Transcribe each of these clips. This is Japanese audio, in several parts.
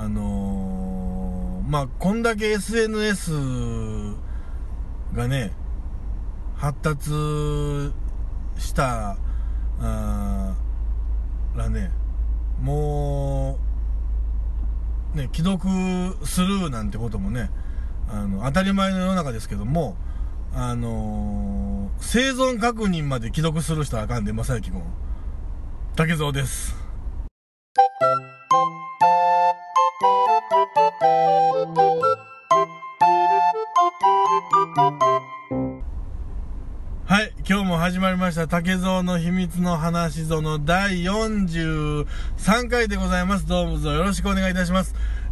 まあこんだけ SNS がね発達したらね、もうね既読スルーなんてこともね当たり前の世の中ですけども、生存確認まで既読する人はあかんで、正幸君竹蔵です。はい、今日も始まりました竹蔵の秘密の話ぞの第43回でございます。どうぞよろしくお願いいたします。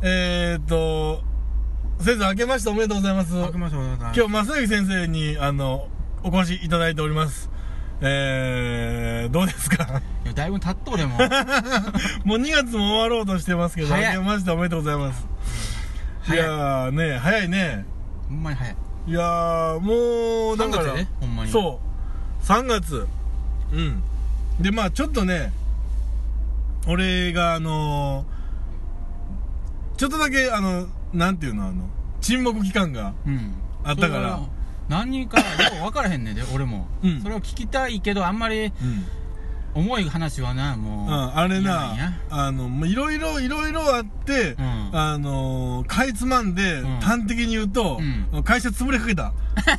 先生明けましておめでとうございます。 明けましておめでとうございます。 今日正幸先生にお越しいただいております。どうですか？ いやだいぶ経っとるもんもう2月も終わろうとしてますけど、明けましておめでとうございます。いやーね、早いね。 ほんまに早い。 いやーもうだから 3月ね、ほんまにそう3月でまあちょっとね俺がちょっとだけなんていうの沈黙期間があったから、 何人かよく分からへんねんで俺も、それを聞きたいけどあんまり、重い話はな、もう、 あれな、いろいろあって、かいつまんで、端的に言うと、会社潰れかけた。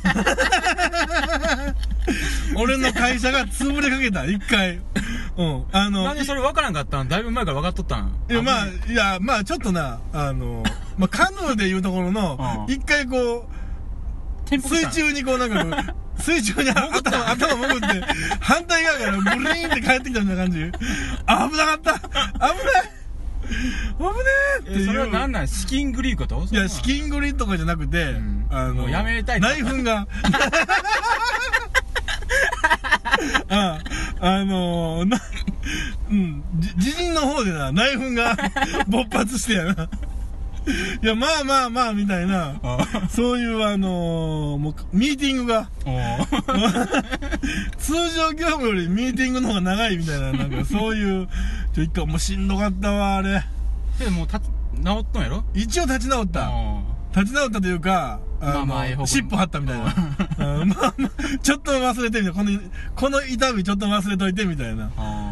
俺の会社が潰れかけた、一回。 なんでそれ分からんかったん？だいぶ前から分かっとったん？ まあ、ちょっとな、カヌーで言うところの、一回こう、水中にこうなんか、水中に頭潜って、反対側からブリーンって帰ってきたみたいな感じ。危なかった、危ねえっていう。 それは何なん？資金繰りこと？ いや、資金繰りとかじゃなくて、 もうやめたい。 内紛が。自陣の方でな、内紛が勃発してやな。いや、まあ、みたいな、そういうもう、ミーティングが、通常業務よりミーティングの方が長いみたいな、なんかそういう、一回もうしんどかったわ、あれ。 でも、治っとんやろ？ 一応立ち直った。立ち直ったというか、尻尾張ったみたいな。ちょっと忘れてみたいな。この痛みちょっと忘れといてみたいな。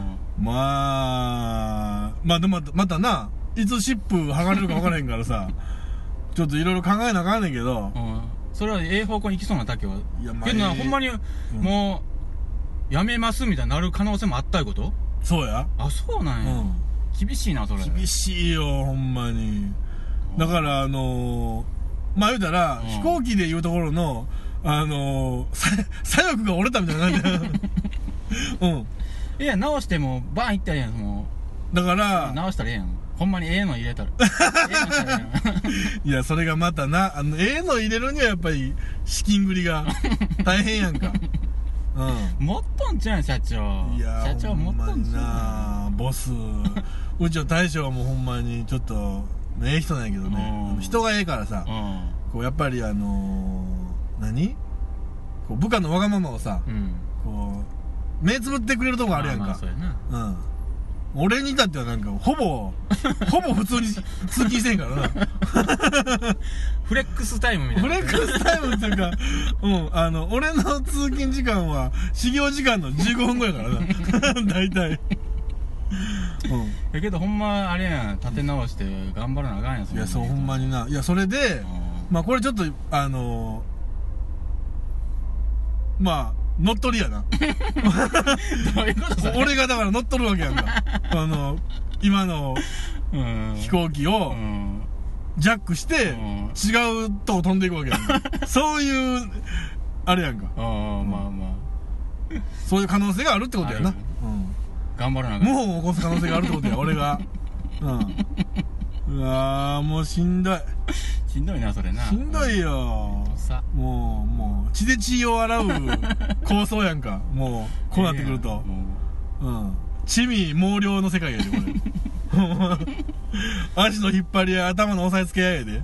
でも、またな、いつ尻尾剥がれるか分からへんからさ、ちょっといろいろ考えなあかんねんけど、 それは方向に行きそうなだけは。 いや、 けどほんまに、もう、やめますみたいになる可能性もあったいうこと？ そうや。 あ、そうなんや。厳しいな、それ。 厳しいよ、ほんまに。だから言うたら、飛行機で言うところの、左翼が折れたみたいな感じ。 いや、直しても、バーンいったらええやん、もう。だから、 直したらええやん。ほんまにええの入れたら。 いや、それがまたな、ええの入れるにはやっぱり、資金繰りが大変やんか。 もっとんちゃうん、社長。 いや、 社長もっとんちゃう。ボス。うちの大将はもうほんまに、ちょっと、ええ人なんやけどね。人がええからさ、こう、やっぱり何？こう、部下のわがままをさ、こう、目つぶってくれるとこあるやんか。俺に至ってはなんか、ほぼ普通に通勤してんからな。 フレックスタイムみたいな。 フレックスタイムっていうか、俺の通勤時間は、始業時間の15分後やからな。大体。 やけどほんま、あれやん、立て直して頑張らなあかんやん、 いや、そう、ほんまにな。いや、それで、これちょっと、乗っ取りやな。 どういうこと？ 俺がだから乗っ取るわけやんか。今の飛行機をジャックして違うとこ飛んでいくわけやんか。そういうあれやんか。そういう可能性があるってことやな。 頑張らなあかん。 謀反を起こす可能性があるってことや、俺が。うわー、もうしんどい。 しんどいな、それな。 しんどいよ。もう、血で血を洗う構想やんか。もう、こうなってくると。地味猛量の世界やで、これ。足の引っ張りや頭の押さえつけややで。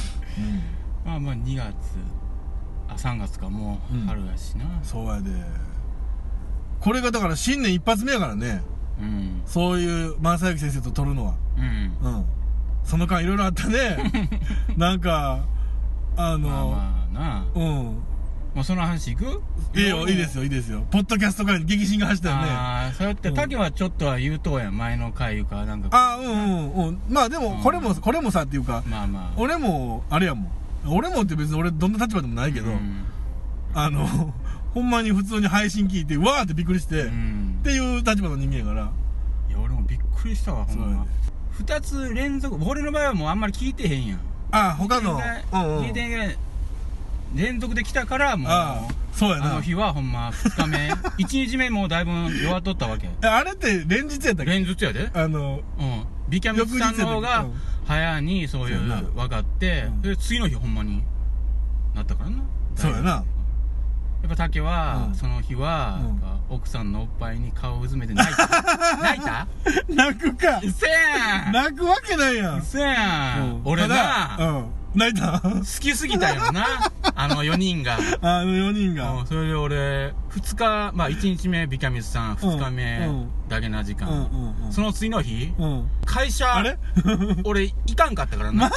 2月、3月か、もう春やしな。 そうやで。これがだから新年一発目やからね。そういう正幸先生と撮るのは。 その間いろいろあったね。なんかまあまあな、 もうその話いく？ いいよ、いいですよ、いいですよ。ポッドキャスト界に激震が走ったよね。 ああ、そうやって竹はちょっとは言うとうやん、前の回いうかなんか。 まあでもこれもさっていうか、 まあまあ俺もあれやもん。俺もって別に俺どんな立場でもないけど、ほんまに普通に配信聞いてうわーってびっくりして、っていう立場の人間やから。 いや俺もびっくりしたわ、ほんま。2つ連続、俺の場合はもうあんまり聞いてへんやん。 他の聞いてへんが連続で来たからもう、 そうやな。 あの日はほんま2日目1日目もうだいぶ弱っとったわけ。 あれって連日やったっけ？ 連日やで。ビキャミツさんの方が早にそういう分かって、で次の日ほんまになったからな。 そうやな。 やっぱ竹はその日は奥さんのおっぱいに顔をうずめて泣いた。泣いた？ 泣くか。 うせやん。 泣くわけないやん。 うせやん。俺な、 泣いた？ 好きすぎたよな。あの4人が。 4人が。 それで俺、2日、まあ1日目ビキャミスさん、2日目だけな時間。その次の日、会社、俺行かんかったからな。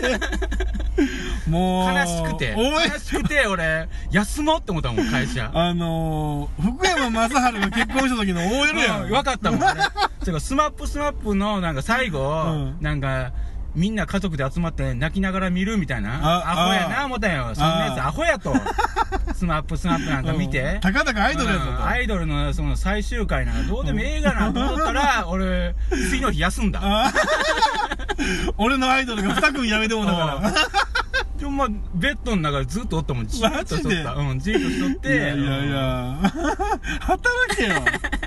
もう、 悲しくて、俺、休もうって思ったもん、会社。 福山雅治が結婚した時の OL やん。 分かったもん、あれ。それからスマップのなんか最後、なんか、みんな家族で集まって泣きながら見るみたいな。アホやな思ったよ。そんなやつアホやと。スマップなんか見て。 たかだかアイドルやぞと。 アイドルのその最終回なんかどうでもええがなと思ったら、俺、次の日休んだ。 俺のアイドルが2組辞めてもだから。 でもまあ、ベッドの中でずっとおったもん。じーっとしとった。じーっとしとって。 いや。働けよ。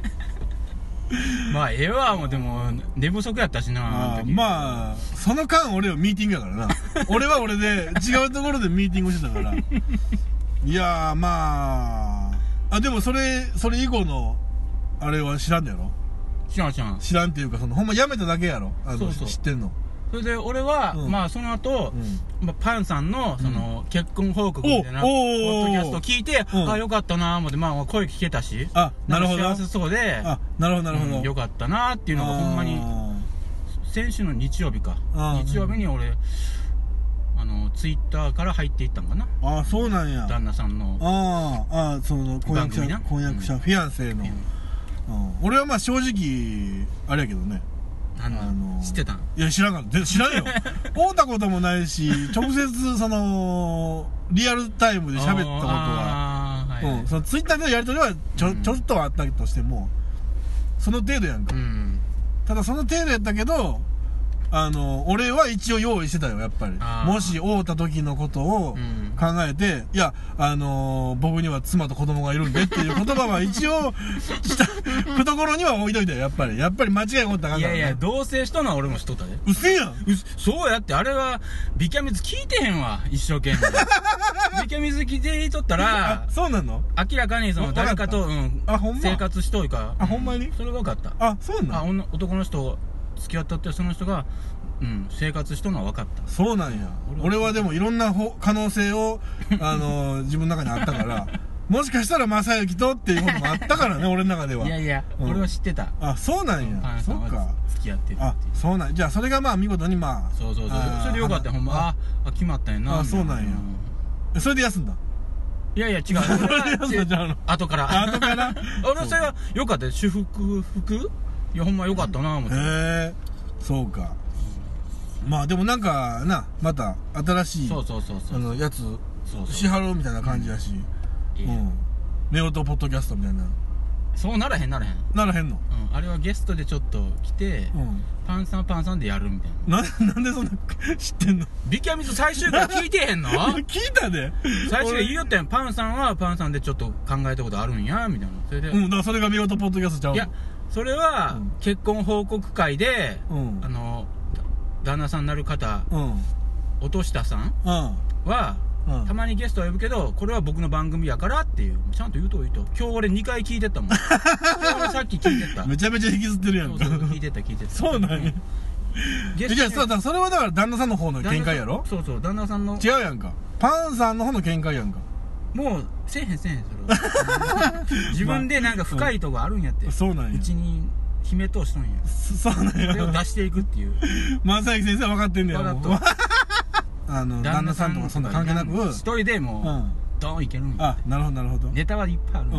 まあ、ええわ、もうでも、寝不足やったしな。 まあ、その間俺はミーティングやからな。俺は俺で違うところでミーティングしてたから。いやー、まあ、でもそれ以降の、あれは知らんのやろ？ 知らん。 知らんっていうか、ほんま辞めただけやろ？そう知ってんの。 それで俺は、まあその後、パンさんのその結婚報告みたいなポッドキャスト聞いて、よかったなー思って、まあ声聞けたし、 なるほど。 幸せそうで、 なるほど。 よかったなーっていうのがほんまに、先週の日曜日か。日曜日に俺、ツイッターから入っていったんかな。 そうなんや。 旦那さんの。 その婚約者、フィアンセの。俺はまあ正直、あれやけどね。 知ってたん？ いや、知らんよ。会ったこともないし、直接、リアルタイムで喋ったことは、そのツイッターでのやりとりはちょっとはあったとしても、その程度やんか。ただその程度やったけど、俺は一応用意してたよ、やっぱり。もし会うた時のことを考えて、いや、僕には妻と子供がいるんでっていう言葉は一応、懐には置いといたよ、やっぱり。やっぱり間違い起こったらあかんから。 いや、同棲しとんのは俺もしとったで。 うせやん。 そうやって、あれは、ビキャミズ聞いてへんわ、一生懸命。ビキャミズ聞いてとったら、 そうなの？ 明らかに誰かと、生活しといか。 ほんまに？ それが分かった。 そうなの？ 男の人、付き合ったってその人が、生活しとるのは分かった。 そうなんや。俺はでもいろんな可能性を自分の中にあったからもしかしたら正幸とっていうこともあったからね俺の中では。 いや、俺は知ってた。 そうなんや。そっか、 付き合ってる。 そうなんや。じゃあそれがまあ見事にまあそうそれでよかったよ。ほんま決まったんやな。 そうなんや。それで休んだ？ いや違う。後から俺それはよかったよ。修復いやほんまよかったな思って。 そうか。まあでもなんかな、また新しいやつしはるみたいな感じやし、夫婦ポッドキャストみたいな。 そうならへんの？あれはゲストでちょっと来て、パンさんでやるみたいな。 なんでそんな知ってんの？ ビキャミズ最終回聞いてへんの？ 聞いたで。 最終回言いよったやん。パンさんはパンさんでちょっと考えたことあるんやみたいな。それでだからそれが夫婦ポッドキャストちゃうの？ いやそれは結婚報告会で旦那さんになる方、音下さんは、たまにゲストを呼ぶけど、これは僕の番組やからっていう、ちゃんと言うといいと。今日俺2回聞いてったもん。俺さっき聞いてた。 めちゃめちゃ引きずってるやんか。 聞いてた。 そうなんや。じゃあそれはだから旦那さんの方の見解やろ？ そう、旦那さんの。 違うやんか。パンさんの方の見解やんか。 もう、せえへん、それは。自分でなんか深いとこあるんやって。 そうなんや。 うちに秘め通しとんや。 そうなんや。 それを出していくっていう。 正行先生は分かってんだよ。 分かっと。 旦那さんとかそんな関係なく。 一人でもう、ドーンいけるんや。 あ、なるほどなるほど。 ネタはいっぱいある。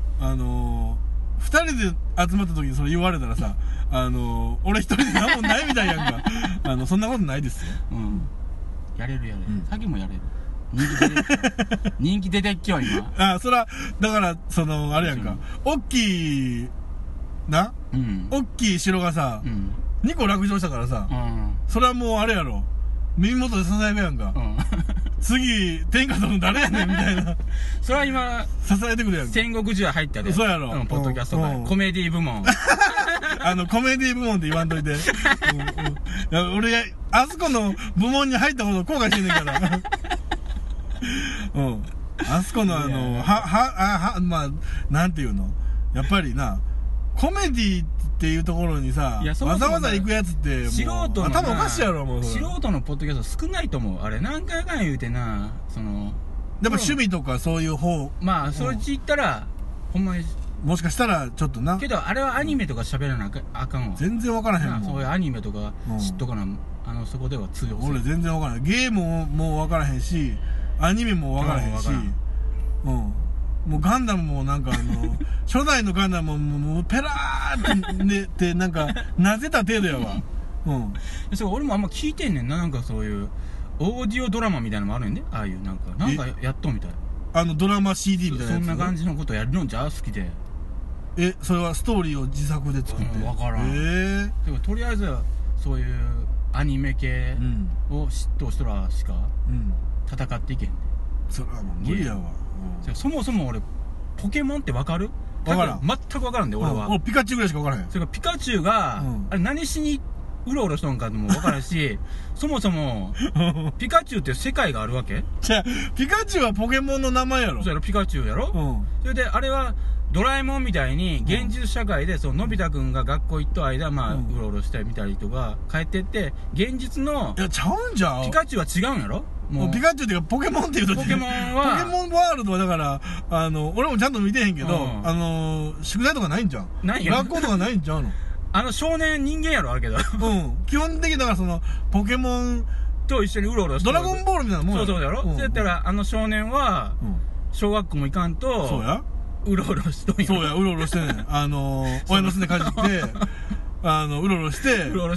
二人で集まった時にそれ言われたらさ、俺一人で何もないみたいやんか。そんなことないですよ。 やれるやれる。さっきもやれる。人気出てっきよ、今。 あ、そら、だから、あれやんか。おっきい、おっきい城がさ、2個落城したからさ、それはもうあれやろ。耳元で支えるやんか。次、天下取るの誰やねんみたいな。 それは今、 支えてくれやんか。 戦国時代入ったで。 そうやろ。 ポッドキャストが。コメディ部門。 コメディ部門って言わんといて。俺、あそこの部門に入ったこと後悔してんねんから。あそこのまあ、なんていうのやっぱりな、コメディっていうところにさ、わざわざ行くやつって、 素人の頭おかしいやろ、もう。 素人のポッドキャスト少ないと思う。あれ、何回かん言うてな、 やっぱ趣味とかそういう方。 まあ、そっち行ったら、ほんまに。 もしかしたら、ちょっとな。 けど、あれはアニメとか喋らなあかんわ。 全然わからへんもん。 そういうアニメとか知っとかな、そこでは通用する。 俺全然わからへん。ゲームもわからへんし、アニメもわからへんし、もうガンダムもなんか初代のガンダムもペラーってなんか、なぜた程度やわ。 そう、俺もあんま聞いてんねんな、なんかそういう、オーディオドラマみたいなのもあるんで、ああいうなんかやっとみたい。 ドラマ CD みたいなやつ。 そんな感じのことやるのんちゃう？好きで。 それはストーリーを自作で作って。 わからん。とりあえずは、そういうアニメ系を知っとう人らしか戦っていけんね。 それはもう無理やわ。 そもそも俺、ポケモンってわかる？ わからん。 全くわからんで、俺は。 俺ピカチュウぐらいしかわからへん。 それからピカチュウが、あれ何しにうろうろしとんかもわからんし、そもそも、ピカチュウって世界があるわけ？ じゃあ、ピカチュウはポケモンの名前やろ？ そうやろ、ピカチュウやろ？それで、あれは、ドラえもんみたいに、現実社会で、のび太くんが学校行った間、まあ、うろうろしたり見たりとか、帰ってって、現実の、 いや、ちゃうんじゃん。 ピカチュウは違うんやろ？ もうピカチュウっていうか、ポケモンっていうと、 ポケモンは、 ポケモンワールドはだから、俺もちゃんと見てへんけど、宿題とかないんじゃん。 ないよ。 学校とかないんちゃうの？ 少年人間やろ、あるけど。 基本的にだからポケモンと一緒にうろうろしてドラゴンボールみたいなもんやろ。 そうやろ？そうやったら、少年は、小学校も行かんと、 そうやうろうろしとんや。 そうや、うろうろしてね。親のすねかじって、うろうろして、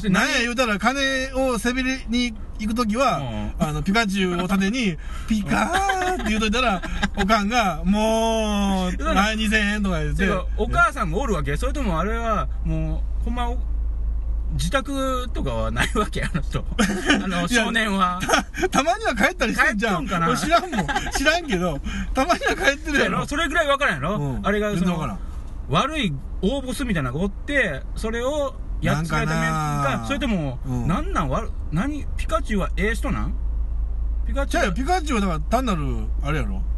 なんや言うたら金をせびりに行くときは、ピカチュウを盾に、ピカーって言うといたら、おかんが、もう、2000円とか言って。 お母さんもおるわけ？それともあれは、もう、ほんま、自宅とかはないわけ？あの人。少年は。 たまには帰ったりしてんじゃん。知らんもん。知らんけど、たまには帰ってるやろ。 それぐらい分からんやろ？あれが、悪い大ボスみたいなのがおって、それをやっつけるためか、それとも、ピカチュウは人なん？ ピカチュウはだから単なる、あれやろ？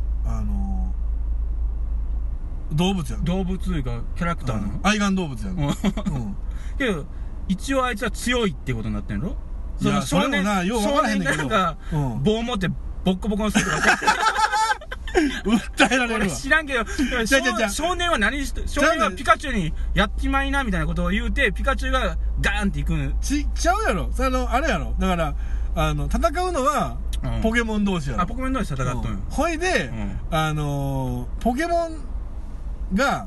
動物やん。 動物というか、キャラクターなの？ 愛玩動物やん。 けど、一応あいつは強いってことになってんの？ いや、それもな、よう分からへんねんけど。 少年が棒持ってボッコボコにするとか。 訴えられるわ。 俺知らんけど、少年は少年はピカチュウにやっちまいなみたいなことを言うて、ピカチュウがガーンっていくん。 ちゃうやろ。あれやろ。だから、戦うのは、ポケモン同士やろ。 ポケモン同士戦っとんよ。 ほいで、ポケモンが、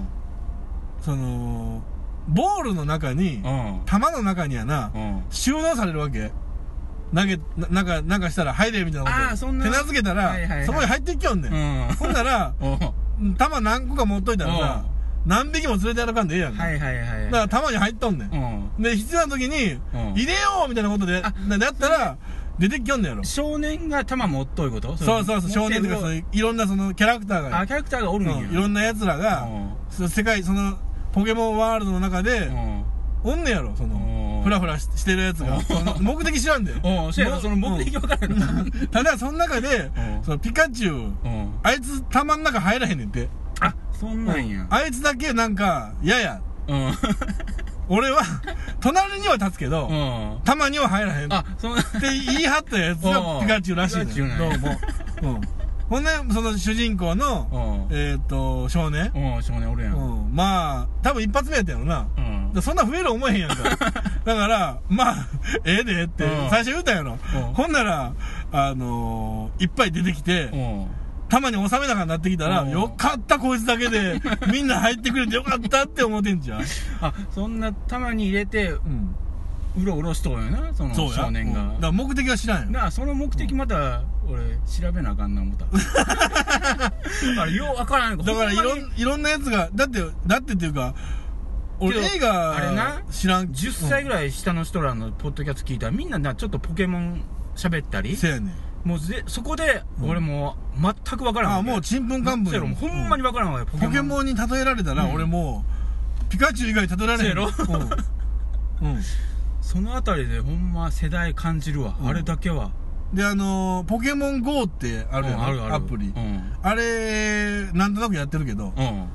ボールの中に、弾の中にはな、収納されるわけ。なんかしたら入れみたいなこと手なずけたら、そこに入っていきよんねん。ほんなら、弾何個か持っといたらさ、何匹も連れて歩かんでええやんか。だから弾に入っとんねん。で、必要な時に、入れようみたいなことでやったら、出てきよんねんやろ。 少年が弾持っといこと？ そう、少年とかいろんなキャラクターが。 キャラクターがおるんや。 いろんな奴らが、世界、ポケモンワールドの中で、おんねやろ、フラフラしてるやつが。目的知らんで。 その目的分からんの。 ただ、その中で、ピカチュウ、あいつ弾の中入らへんねんて。 あ、そんなんや。 あいつだけなんか、俺は、隣には立つけど、弾には入らへん。って言い張ったやつがピカチュウらしいね。どうも。ほんで、その主人公の、少年。 少年おるやん。 まあ、多分一発目やったやろな。 そんな増える思えへんやんか。だから、まあ、ええでって最初言うたんやろ。ほんなら、いっぱい出てきて、たまに収めながらなってきたら、よかったこいつだけで、みんな入ってくれてよかったって思ってんじゃん。 あ、そんなたまに入れて、うろうろしとんよな、その少年が。だから目的は知らんよ。 なあ、その目的また、俺、調べなあかんな思った。あれ、ようわからん。 だからいろんなやつが、だってっていうか、俺映画、 あれな、 知らん。 10歳ぐらい下の人らのポッドキャスト聞いたら、みんなちょっとポケモン喋ったり。 せやねん。 もうそこで、俺もう、全くわからん。 あ、もうちんぷんかんぷん。 ほんまにわからんわよ、 ポケモンに例えられたら、俺もう、ピカチュウ以外例えられへん。 うん。そのあたりでほんま世代感じるわ、あれだけは。 で、ポケモン GO ってあるやん、アプリ。あれ、なんとなくやってるけど、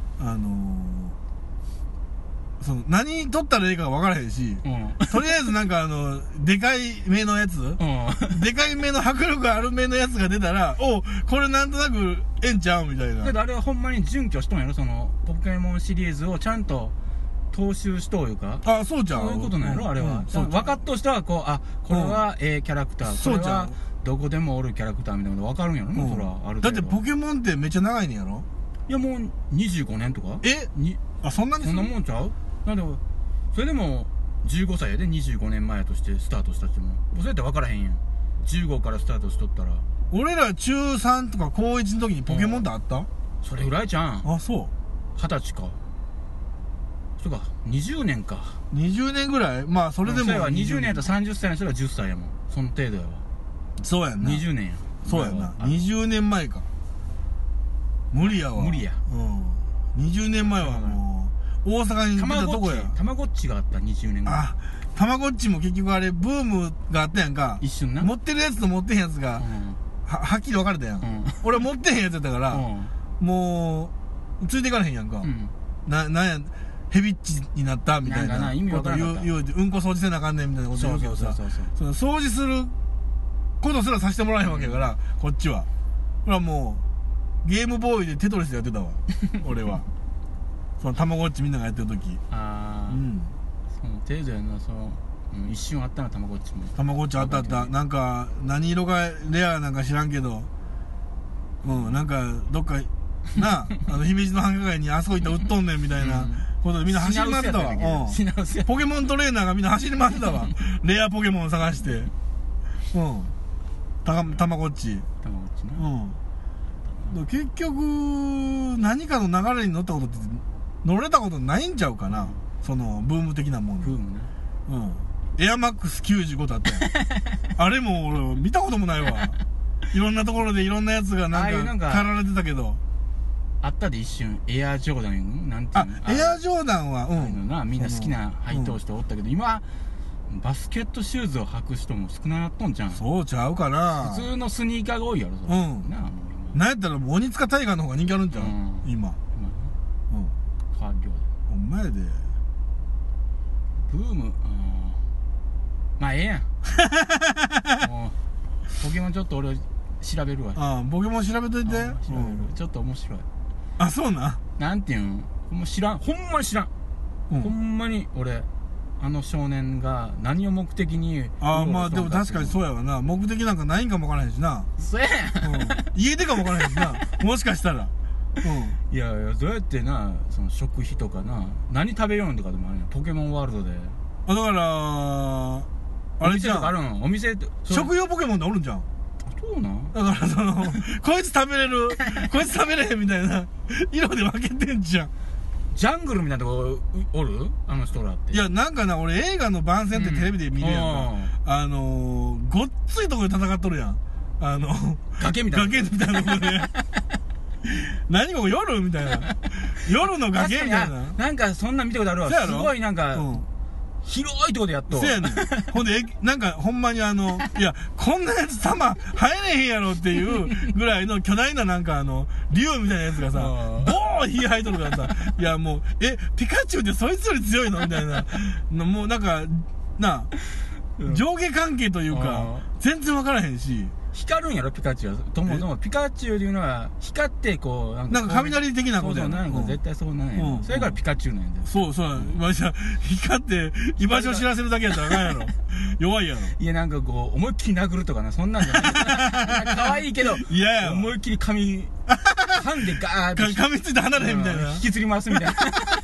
何取ったらいいか分からへんし、とりあえずなんかでかい目のやつ、でかい目の迫力ある目のやつが出たら、お、これなんとなくええんちゃうみたいな。 けどあれはほんまに準拠しとんやろ、その、ポケモンシリーズをちゃんと、踏襲しとういうか。 あ、そうじゃん。 そういうことなんやろ、あれは。分かっとしたら、こう、あ、これはキャラクター。これは、どこでもおるキャラクターみたいなこと分かるんやろな、そら、ある程度。 だってポケモンってめっちゃ長いねやろ？ いや、もう25年とか。 あ、そんなにそんなもんちゃう？なんで、それでも、15歳やで、25年前としてスタートしたっても。それやって分からへんやん。15からスタートしとったら。 俺ら中3とか高1の時にポケモンってあった？ それぐらいじゃん。 あ、そう。 20歳か。そうか、20年か。 20年ぐらい？まあ、それでも。 20年と30歳の人が10歳やもん。その程度やわ。 そうやんな。 20年や。 そうやな。20年前か。無理やわ。 無理や。 20年前はもう、大阪に出たとこや。 たまごっちがあった、20年ぐらい。 あ、たまごっちも結局あれ、ブームがあったやんか。 一瞬な。 持ってるやつと持ってへんやつが、はっきり分かれたやん。俺持ってへんやつやったから、もう、ついていかれへんやんか。なんや、ヘビッチになったみたいなこと言うて、うんこ掃除せなあかんねんみたいなこと言うけどさ、その掃除することすらさせてもらえへんわけやから、こっちは。ほらもう、ゲームボーイでテトリスやってたわ、俺は。そのたまごっちみんながやってる時。 ああ、その程度やな、その、一瞬あったな、たまごっちも。 たまごっちあったあった。なんか、何色がレアなんか知らんけど、なんか、どっか、なあ、秘密の繁華街にあそこ行ったら売っとんねんみたいなことでみんな走り回ってたわ。ポケモントレーナーがみんな走り回ってたわ。レアポケモン探して。たまごっち。 たまごっちな。 結局、何かの流れに乗ったことって、乗れたことないんちゃうかな。その、ブーム的なもん。 ブームね。 エアマックス95だったよ。あれも俺見たこともないわ。いろんなところでいろんなやつがなんか駆られてたけど。 あったで一瞬、エアジョーダン、なんていうの？ エアジョーダンは、 みんな好きな履いとう人おったけど、今、バスケットシューズを履く人も少ななっとんじゃん。 そうちゃうかな。 普通のスニーカーが多いやろ、それ。 なんやったらもう鬼塚タイガーの方が人気あるんちゃう？今。 変わる量で。 ほんまやで。 ブーム、まあええやん。ポケモンちょっと俺調べるわ。 ポケモン調べといて。 ちょっと面白い。 あ、そうな。 なんていうん知らん。ほんまに知らん。ほんまに俺、あの少年が何を目的に。 まあでも確かにそうやわな。目的なんかないんかもわからへんしな。 そうや家出かもわからへんしな。もしかしたら。 いやいや、どうやってな、その食費とかな、何食べようんとかでもあるやん。ポケモンワールドで。 だから、あれじゃん。 お店とかあるん？ 食用ポケモンでおるんじゃん。 そうなん？ だからその、こいつ食べれる、こいつ食べれへんみたいな色で分けてんじゃん。 ジャングルみたいなとこおる？あの人らって。 いや、なんかな、俺映画の番宣ってテレビで見るやんか。ごっついとこで戦っとるやん。 崖みたいな。 崖みたいなとこで。何も夜みたいな。夜の崖みたいな。 なんかそんなん見たことあるわ。すごいなんか、広いとこでやっと。 そうやねん。ほんで、なんかほんまにいや、こんなやつ弾入れへんやろっていうぐらいの巨大ななんか竜みたいなやつがさ、ボーン火入っとるからさ、いやもう、ピカチュウってそいつより強いのみたいな。もうなんか、上下関係というか、全然わからへんし。 光るんやろピカチュウは。ともピカチュウっていうのは光ってこうなんか雷的なことやな。そう絶対そうなんや。それからピカチュウなんや。 そう光って居場所知らせるだけやったらあかんやろ。弱いやろ。 いやなんかこう思いっきり殴るとかな、そんなんじゃない。可愛いけど思いっきり髪噛んでガーッと噛みついて離れへんみたいな、 引きずり回すみたいな。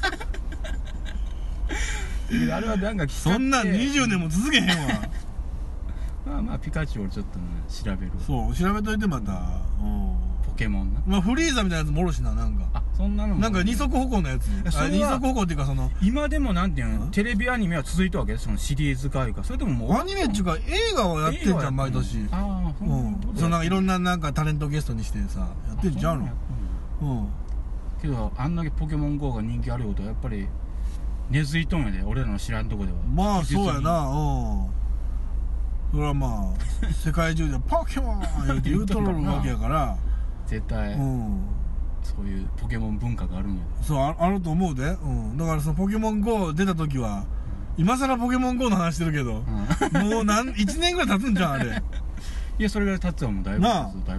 あれはなんかそんなん20年も続けへんわ。 まあピカチュウをちょっとね調べる。 そう調べといてまた。 ポケモンな。 まあフリーザみたいなやつもおるしな、なんか。 あ、そんなのもなんか二足歩行のやつ。二足歩行っていうかその今でもなんていうの、テレビアニメは続いたわけ、そのシリーズ化いうか。それとももうアニメっていうか映画はやってんじゃん毎年。 ああ、 そのなんかいろんななんかタレントゲストにしてさやってんじゃんの。 けどあんだけポケモン GO が人気あることはやっぱり根付いとんやで、俺らの知らんとこでは。 まあそうやな。それはまあ世界中でポケモンって言うとるわけやから絶対そういうポケモン文化があるんや。 そうあると思うで。だからそのポケモン GO 出た時は今更ポケモン GO の話してるけど、もう1年ぐらい経つんじゃんあれ。 いやそれぐらい経つわ、もうだいぶ経つ。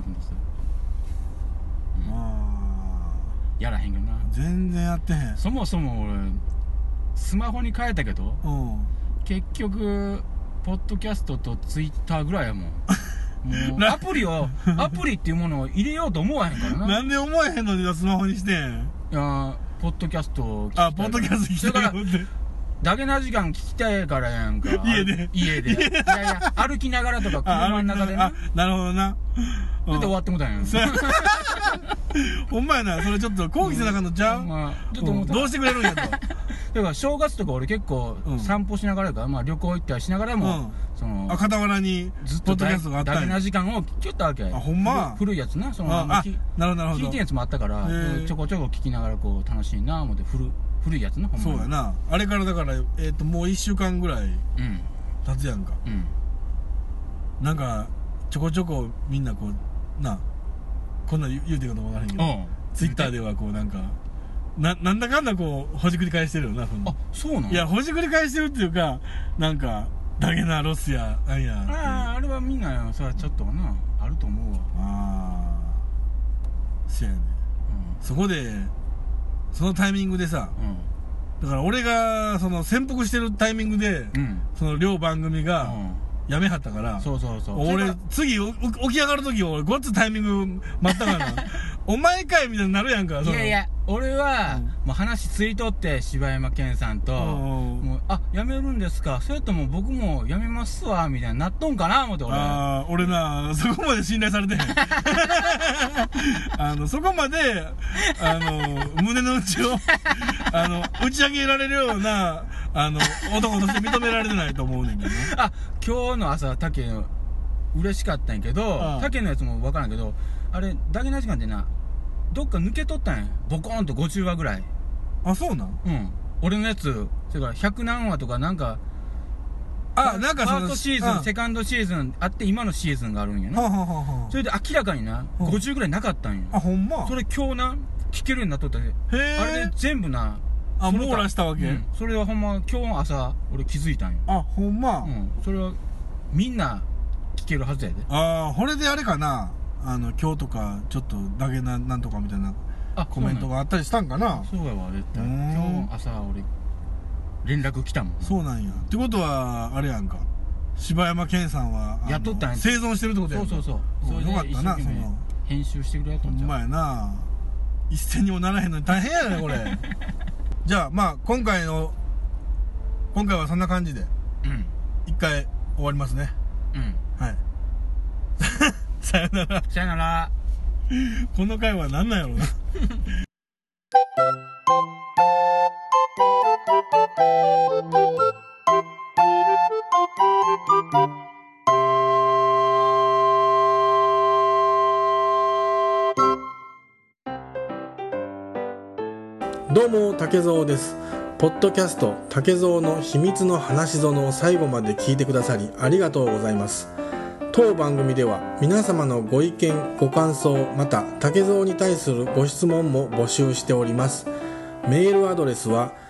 やらへんけどな、 全然やってへん。 そもそも俺スマホに変えたけど、結局ポッドキャストとツイッターぐらいやもん。もうアプリっていうものを入れようと思わへんからな。 なんで思えへんのにスマホにしてん。 いやポッドキャスト聞きたい。ポッドキャスト聞きたいよって。 だけな時間聞きたいからやんか。家でいや歩きながらとか車の中でな。 なるほどな。 それで終わってもたんやん。 ほんまやな、それちょっと講義せなあかんのちゃう。ちょっとどうしてくれるんやと。 だから正月とか俺結構散歩しながらやから、旅行行ったりしながらも傍らにずっとだけな時間を聞いたわけ。 ほんま古いやつな、そのなるほど聞いてんやつもあったから、ちょこちょこ聞きながらこう楽しいな思って。古いやつな。 そうやな。あれからだからもう1週間ぐらい経つやんか。なんかちょこちょこみんなこうな、こんなん言うてるかもわからへんけど、ツイッターではこうなんかなんだかんだこうほじくり返してるよな。 あ、そうなの。 いやほじくり返してるっていうか、なんかだけなロスやなんや。 あれはみんなそれはちょっとなあると思うわ。 せやね。そこでそのタイミングでさ、だから俺がその潜伏してるタイミングで、その両番組がやめはったから、俺次起き上がる時俺ごっつタイミング待ったからお前かいみたいになるやんか。 いや俺はもう話ついとって、柴山健さんともうやめるんですか、それとも僕もやめますわみたいになっとんかな思って。 俺なそこまで信頼されてへん。そこまで胸の内を打ち上げられるような男として認められてないと思うねんけどね。 今日の朝竹嬉しかったんやけど、竹のやつも分からんけど、あれだけな時間ってなどっか抜けとったんや、ボコーンと50話ぐらい。 そうなん。 俺のやつそれから100何話とかなんかなんかファーストシーズン、セカンドシーズンあって今のシーズンがあるんやな。それで明らかにな50ぐらいなかったんや。 ほんま。 それ今日な聞けるようになっとったで。あれで全部な網羅したわけ。 それはほんま今日の朝俺気づいたんや。 ほんま。 それはみんな聞けるはずやで。 これであれかな、今日とかちょっとだけなんとかみたいなコメントがあったりしたんかな。 そうやわ絶対。今日朝俺連絡来たもん。 そうなんや。ってことはあれやんか、柴山健さんはやっとったんや。 生存してるってことやんか。そうよかったな。その編集してくれやとんちゃう。 ほんまやな。一銭にもならへんのに大変やねこれ。じゃあまあ今回はそんな感じで一回終わりますね。はい。さよなら。 さよなら。 この回は何なんやろうな。どうも竹蔵です。ポッドキャスト竹蔵の秘密の話園を最後まで聞いてくださりありがとうございます。当番組では皆様のご意見ご感想また竹蔵に対するご質問も募集しております。メールアドレスは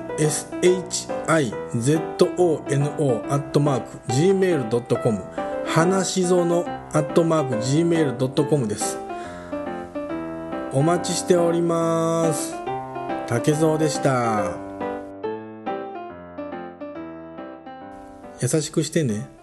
hanashizone@gmail.com 話しぞの@gmail.com です。お待ちしております。竹蔵でした。優しくしてね。